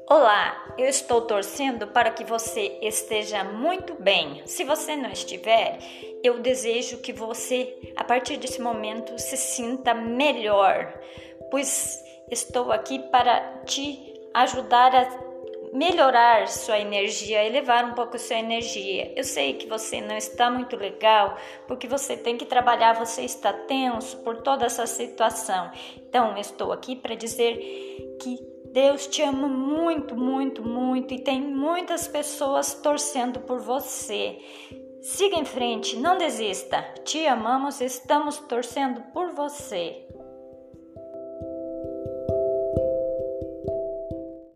Olá, eu estou torcendo para que você esteja muito bem. Se você não estiver, eu desejo que você, a partir desse momento, se sinta melhor, pois estou aqui para te ajudar a melhorar sua energia, elevar um pouco sua energia. Eu sei que você não está muito legal, porque você tem que trabalhar, você está tenso por toda essa situação. Então, eu estou aqui para dizer que Deus te ama muito, muito, muito e tem muitas pessoas torcendo por você. Siga em frente, não desista. Te amamos, estamos torcendo por você.